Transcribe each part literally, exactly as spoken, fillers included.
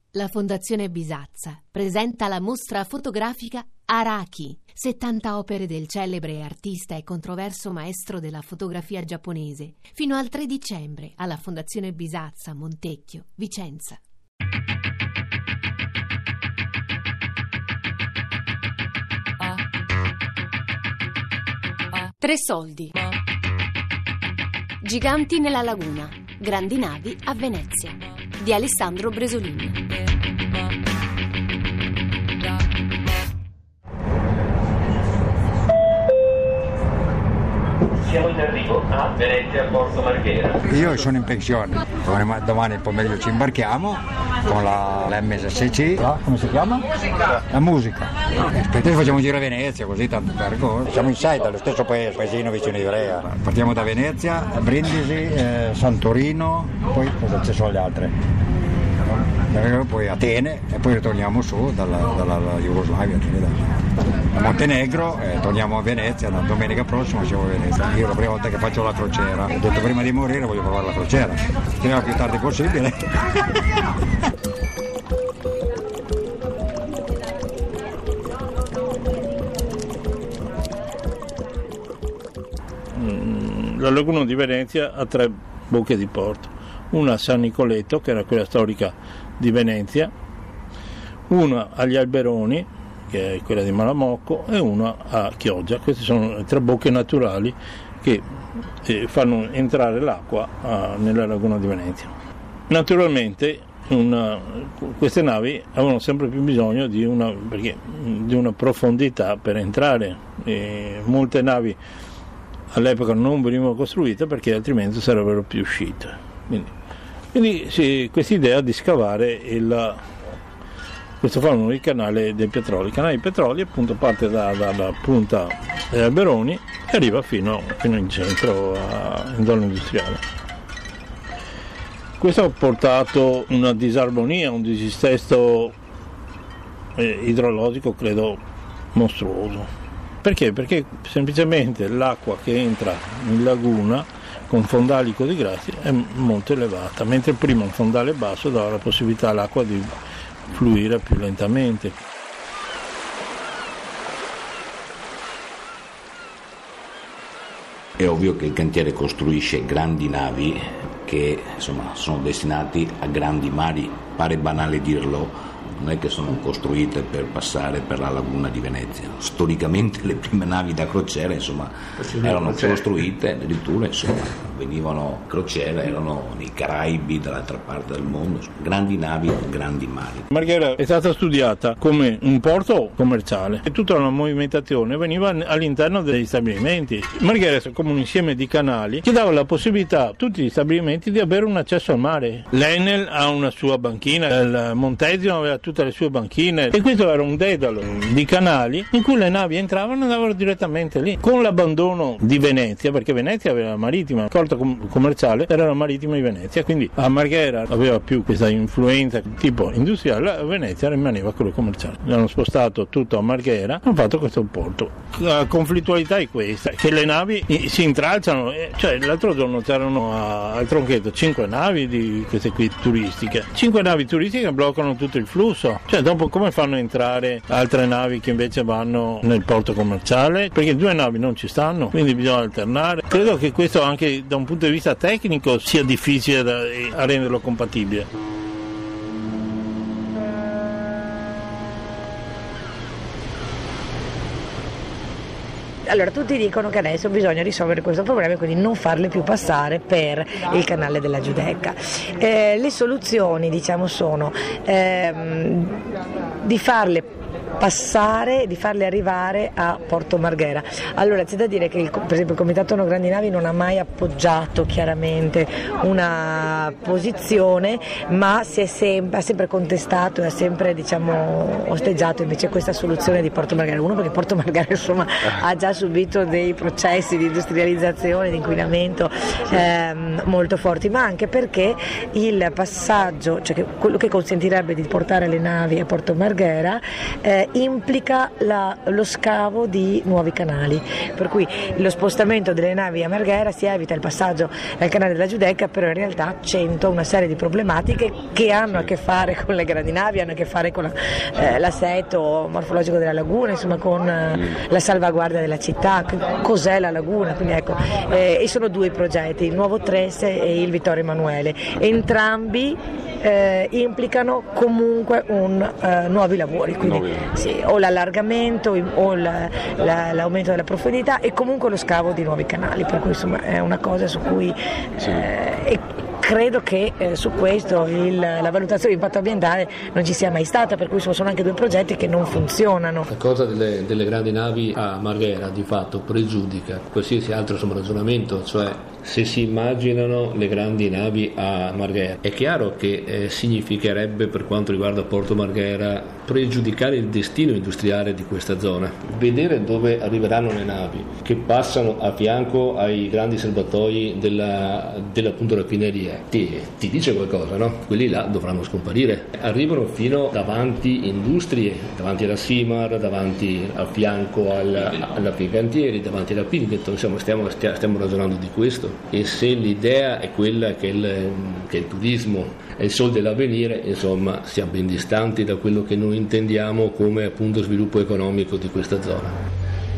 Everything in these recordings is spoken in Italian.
La Fondazione Bisazza presenta la mostra fotografica Araki, settanta opere del celebre artista e controverso maestro della fotografia giapponese, fino al tre dicembre alla Fondazione Bisazza, Montecchio, Vicenza. Tre soldi. Giganti nella laguna, grandi navi a Venezia, di Alessandro Bresolin. Siamo in arrivo a Venezia, Porto Marghera. Io sono in pensione, domani pomeriggio ci imbarchiamo con la, la M S S C, la, come si chiama? Musica. La musica. Aspetta, facciamo un giro a Venezia, così tanto per cosa. Siamo in sei dallo stesso paese, paesino vicino di Ivrea. Partiamo da Venezia, Brindisi, eh, Santorino, poi cosa ci sono le altre? Poi Atene e poi ritorniamo su dalla, dalla, dalla Jugoslavia, da Montenegro, e torniamo a Venezia. La domenica prossima siamo a Venezia. Io la prima volta che faccio la crociera, ho detto prima di morire voglio provare la crociera, speriamo il più tardi possibile. La laguna di Venezia ha tre bocche di porto, una a San Nicoletto, che era quella storica di Venezia, una agli Alberoni, che è quella di Malamocco, e una a Chioggia. Queste sono le tre bocche naturali che eh, fanno entrare l'acqua ah, nella laguna di Venezia. Naturalmente una, queste navi avevano sempre più bisogno di una, perché, di una profondità per entrare. E molte navi all'epoca non venivano costruite perché altrimenti sarebbero più uscite. Quindi, quindi sì, questa idea di scavare il, questo famoso il canale dei petroli. Il canale dei petroli appunto parte da, dalla punta degli Alberoni e arriva fino, fino in centro, a, in zona industriale. Questo ha portato una disarmonia, un disistesto eh, idrologico credo mostruoso. Perché? Perché semplicemente l'acqua che entra in laguna con fondali così grassi è molto elevata, mentre prima un fondale basso dava la possibilità all'acqua di fluire più lentamente. È ovvio che il cantiere costruisce grandi navi che insomma sono destinati a grandi mari, pare banale dirlo. Non è che sono costruite per passare per la laguna di Venezia. Storicamente le prime navi da crociera insomma erano costruite addirittura, insomma venivano crociere, erano nei Caraibi, dall'altra parte del mondo, insomma, grandi navi con grandi mari. Marghera è stata studiata come un porto commerciale e tutta la movimentazione veniva all'interno degli stabilimenti. Marghera è come un insieme di canali che dava la possibilità a tutti gli stabilimenti di avere un accesso al mare. L'Enel ha una sua banchina, il Montesio aveva tutte le sue banchine e questo era un dedalo di canali in cui le navi entravano e andavano direttamente lì. Con l'abbandono di Venezia, perché Venezia aveva la marittima, il porto com- commerciale era la marittima di Venezia, quindi a Marghera aveva più questa influenza tipo industriale, a Venezia rimaneva quello commerciale. Hanno spostato tutto a Marghera, hanno fatto questo porto. La conflittualità è questa, che le navi si intralciano, cioè l'altro giorno c'erano a, al Tronchetto cinque navi di queste qui turistiche, cinque navi turistiche bloccano tutto il flusso. Cioè dopo come fanno a entrare altre navi che invece vanno nel porto commerciale? Perché due navi non ci stanno, quindi bisogna alternare. Credo che questo anche da un punto di vista tecnico sia difficile da, a renderlo compatibile. Allora, tutti dicono che adesso bisogna risolvere questo problema e quindi non farle più passare per il canale della Giudecca. Eh, le soluzioni, diciamo, sono ehm, di farle passare, di farle arrivare a Porto Marghera. Allora c'è da dire che il, per esempio il Comitato No Grandi Navi non ha mai appoggiato chiaramente una posizione, ma si è sempre, ha sempre contestato e ha sempre, diciamo, osteggiato invece questa soluzione di Porto Marghera. Uno, perché Porto Marghera insomma ha già subito dei processi di industrializzazione, di inquinamento ehm, molto forti, ma anche perché il passaggio, cioè che quello che consentirebbe di portare le navi a Porto Marghera eh, implica la, lo scavo di nuovi canali, per cui lo spostamento delle navi a Marghera si evita il passaggio al canale della Giudecca, però in realtà c'entra una serie di problematiche che hanno a che fare con le grandi navi, hanno a che fare con la, eh, l'assetto morfologico della laguna, insomma con eh, la salvaguardia della città, cos'è la laguna, quindi ecco, eh, e sono due progetti, il Nuovo Tresse e il Vittorio Emanuele, entrambi eh, implicano comunque un, eh, nuovi lavori, quindi sì, o l'allargamento o la, la, l'aumento della profondità e comunque lo scavo di nuovi canali, per cui insomma è una cosa su cui eh, e credo che eh, su questo il, la valutazione di impatto ambientale non ci sia mai stata, per cui sono anche due progetti che non funzionano. La cosa delle, delle grandi navi a Marghera di fatto pregiudica qualsiasi altro insomma, ragionamento, cioè se si immaginano le grandi navi a Marghera è chiaro che eh, significherebbe per quanto riguarda Porto Marghera pregiudicare il destino industriale di questa zona, vedere dove arriveranno le navi che passano a fianco ai grandi serbatoi della, della appunto raffineria ti, ti dice qualcosa, no? Quelli là dovranno scomparire, arrivano fino davanti industrie, davanti alla Simar, davanti al fianco al, alla Fincantieri, davanti alla Pinkerton, insomma stiamo, stiamo ragionando di questo. E se l'idea è quella che il, che il turismo è il sol dell'avvenire, insomma siamo ben distanti da quello che noi intendiamo come appunto sviluppo economico di questa zona.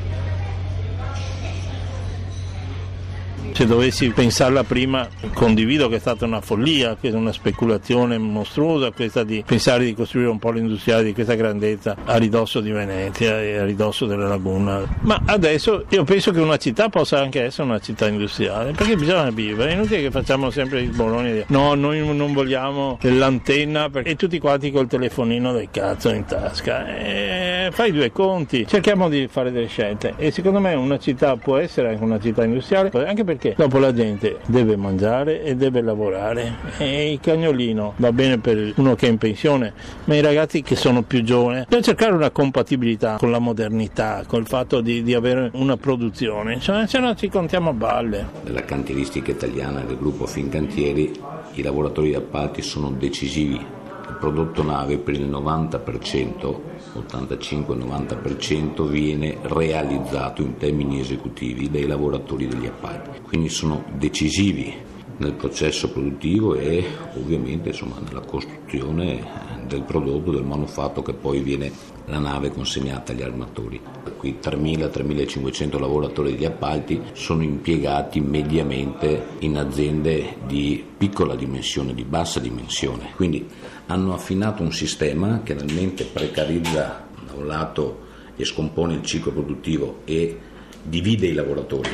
Se dovessi pensarla prima, condivido che è stata una follia, che è una speculazione mostruosa questa di pensare di costruire un polo industriale di questa grandezza a ridosso di Venezia e a ridosso della laguna. Ma adesso io penso che una città possa anche essere una città industriale, perché bisogna vivere, è inutile che facciamo sempre il bologna di no, noi non vogliamo l'antenna perché... e tutti quanti col telefonino del cazzo in tasca. E fai due conti, cerchiamo di fare delle scelte e secondo me una città può essere anche una città industriale, anche perché dopo la gente deve mangiare e deve lavorare e il cagnolino va bene per uno che è in pensione, ma i ragazzi che sono più giovani devono cercare una compatibilità con la modernità, col fatto di, di avere una produzione, cioè, se no ci contiamo a balle. Nella cantieristica italiana del gruppo Fincantieri i lavoratori di appalti sono decisivi. Il prodotto nave per il novanta per cento, ottantacinque novanta per cento viene realizzato in termini esecutivi dai lavoratori degli appalti, quindi sono decisivi nel processo produttivo e ovviamente insomma, nella costruzione del prodotto, del manufatto che poi viene la nave consegnata agli armatori. Qui tremila tremilacinquecento lavoratori degli appalti sono impiegati mediamente in aziende di piccola dimensione, di bassa dimensione, quindi hanno affinato un sistema che realmente precarizza da un lato e scompone il ciclo produttivo e divide i lavoratori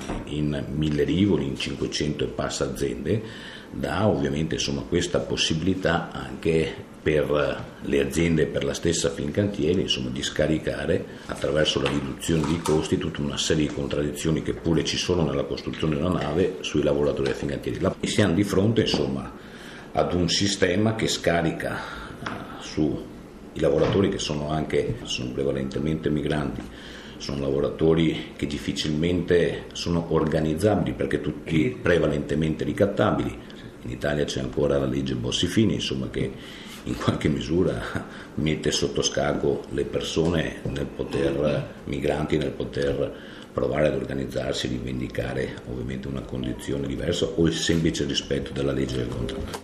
in mille rivoli, in cinquecento e passa aziende, dà ovviamente insomma, questa possibilità anche per le aziende e per la stessa Fincantieri insomma, di scaricare attraverso la riduzione dei costi tutta una serie di contraddizioni che pure ci sono nella costruzione di una nave sui lavoratori della Fincantieri. E siamo di fronte insomma, ad un sistema che scarica uh, su i lavoratori che sono anche sono prevalentemente migranti, sono lavoratori che difficilmente sono organizzabili perché tutti prevalentemente ricattabili. In Italia c'è ancora la legge Bossi-Fini, insomma, che in qualche misura mette sotto scacco le persone nel poter, migranti nel poter provare ad organizzarsi e rivendicare ovviamente una condizione diversa o il semplice rispetto della legge del contratto.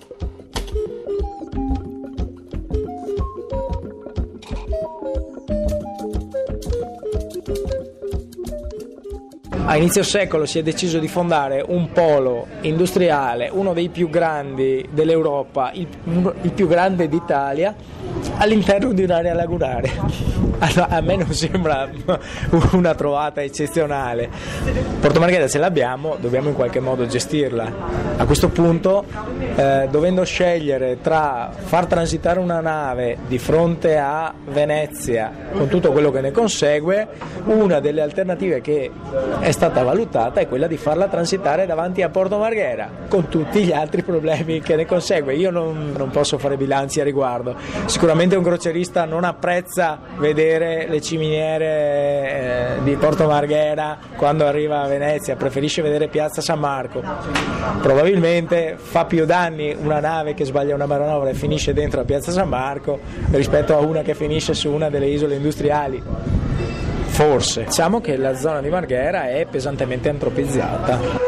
A inizio secolo si è deciso di fondare un polo industriale, uno dei più grandi dell'Europa, il, il più grande d'Italia, all'interno di un'area lagunare. A me non sembra una trovata eccezionale. Porto Marghera ce l'abbiamo, dobbiamo in qualche modo gestirla. A questo punto, eh, dovendo scegliere tra far transitare una nave di fronte a Venezia con tutto quello che ne consegue, una delle alternative che è stata stata valutata è quella di farla transitare davanti a Porto Marghera, con tutti gli altri problemi che ne consegue. Io non, non posso fare bilanci a riguardo. Sicuramente un crocerista non apprezza vedere le ciminiere eh, di Porto Marghera quando arriva a Venezia, preferisce vedere Piazza San Marco. Probabilmente fa più danni una nave che sbaglia una manovra e finisce dentro a Piazza San Marco rispetto a una che finisce su una delle isole industriali. Forse. Diciamo che la zona di Marghera è pesantemente antropizzata.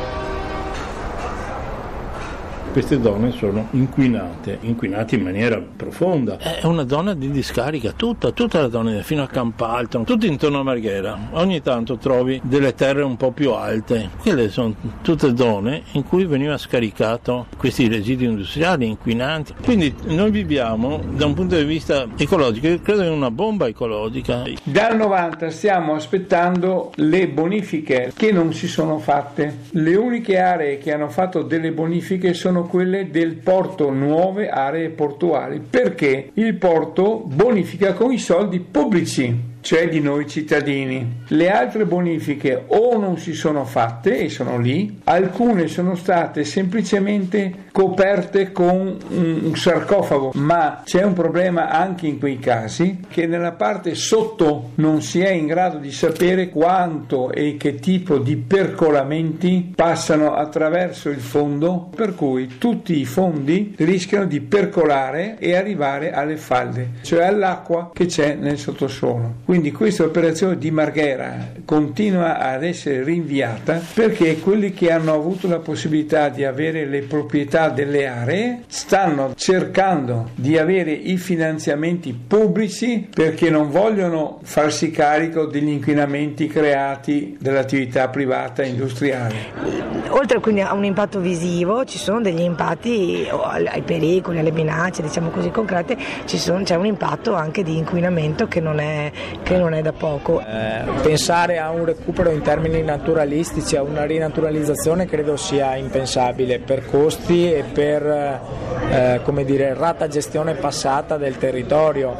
Queste zone sono inquinate, inquinate in maniera profonda. È una zona di discarica, tutta, tutta la zona, fino a Campalto, tutto intorno a Marghera. Ogni tanto trovi delle terre un po' più alte. Quelle sono tutte zone in cui veniva scaricato questi residui industriali inquinanti. Quindi noi viviamo, da un punto di vista ecologico, io credo in una bomba ecologica. Dal novanta stiamo aspettando le bonifiche che non si sono fatte. Le uniche aree che hanno fatto delle bonifiche sono quelle del porto, nuove aree portuali, perché il porto bonifica con i soldi pubblici, cioè di noi cittadini. Le altre bonifiche o non si sono fatte e sono lì, alcune sono state semplicemente coperte con un sarcofago, ma c'è un problema anche in quei casi, che nella parte sotto non si è in grado di sapere quanto e che tipo di percolamenti passano attraverso il fondo, per cui tutti i fondi rischiano di percolare e arrivare alle falde, cioè all'acqua che c'è nel sottosuolo. Quindi questa operazione di Marghera continua ad essere rinviata perché quelli che hanno avuto la possibilità di avere le proprietà delle aree stanno cercando di avere i finanziamenti pubblici perché non vogliono farsi carico degli inquinamenti creati dall'attività privata industriale. Oltre quindi a un impatto visivo ci sono degli impatti ai pericoli, alle minacce, diciamo così concrete, ci sono, c'è un impatto anche di inquinamento che non è che non è da poco. Eh, pensare a un recupero in termini naturalistici, a una rinaturalizzazione credo sia impensabile per costi e per eh, come dire, rata gestione passata del territorio.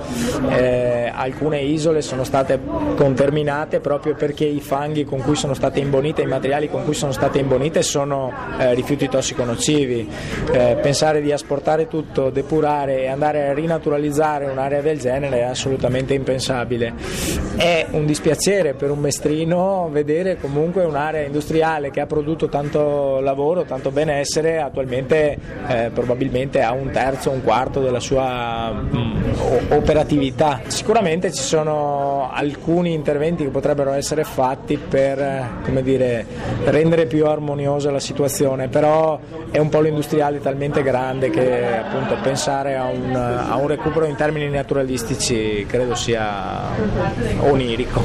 Eh, alcune isole sono state conterminate proprio perché i fanghi con cui sono state imbonite, i materiali con cui sono state imbonite sono eh, rifiuti tossico-nocivi. Eh, pensare di asportare tutto, depurare e andare a rinaturalizzare un'area del genere è assolutamente impensabile. È un dispiacere per un mestrino vedere comunque un'area industriale che ha prodotto tanto lavoro, tanto benessere, attualmente eh, probabilmente ha un terzo, un quarto della sua mh, operatività. Sicuramente ci sono alcuni interventi che potrebbero essere fatti per come dire, rendere più armoniosa la situazione, però è un polo industriale talmente grande che appunto pensare a un, a un recupero in termini naturalistici credo sia onirico.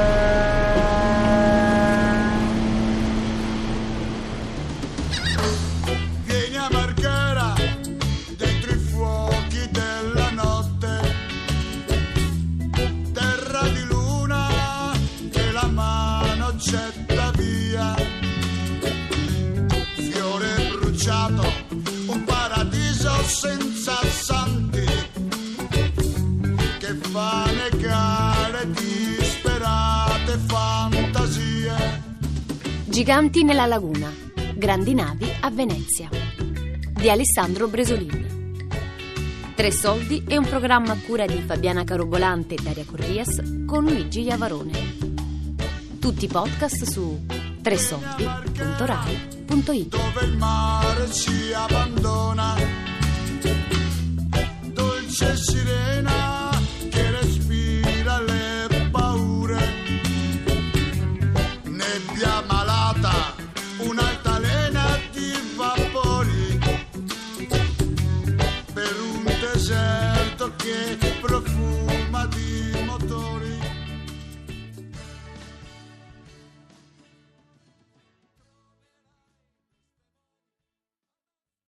Vieni a Marghera, dentro i fuochi della notte, terra di luna che la mano getta via, fiore bruciato, un paradiso senza santi che fa negare disperate fantasie. Giganti nella laguna, grandi navi a Venezia di Alessandro Bresolini. Tre soldi è un programma a cura di Fabiana Carobolante e Daria Corrias con Luigi Iavarone. Tutti i podcast su tre soldi punto rai punto it. Dove il mare ci abbandona, dolce sirena.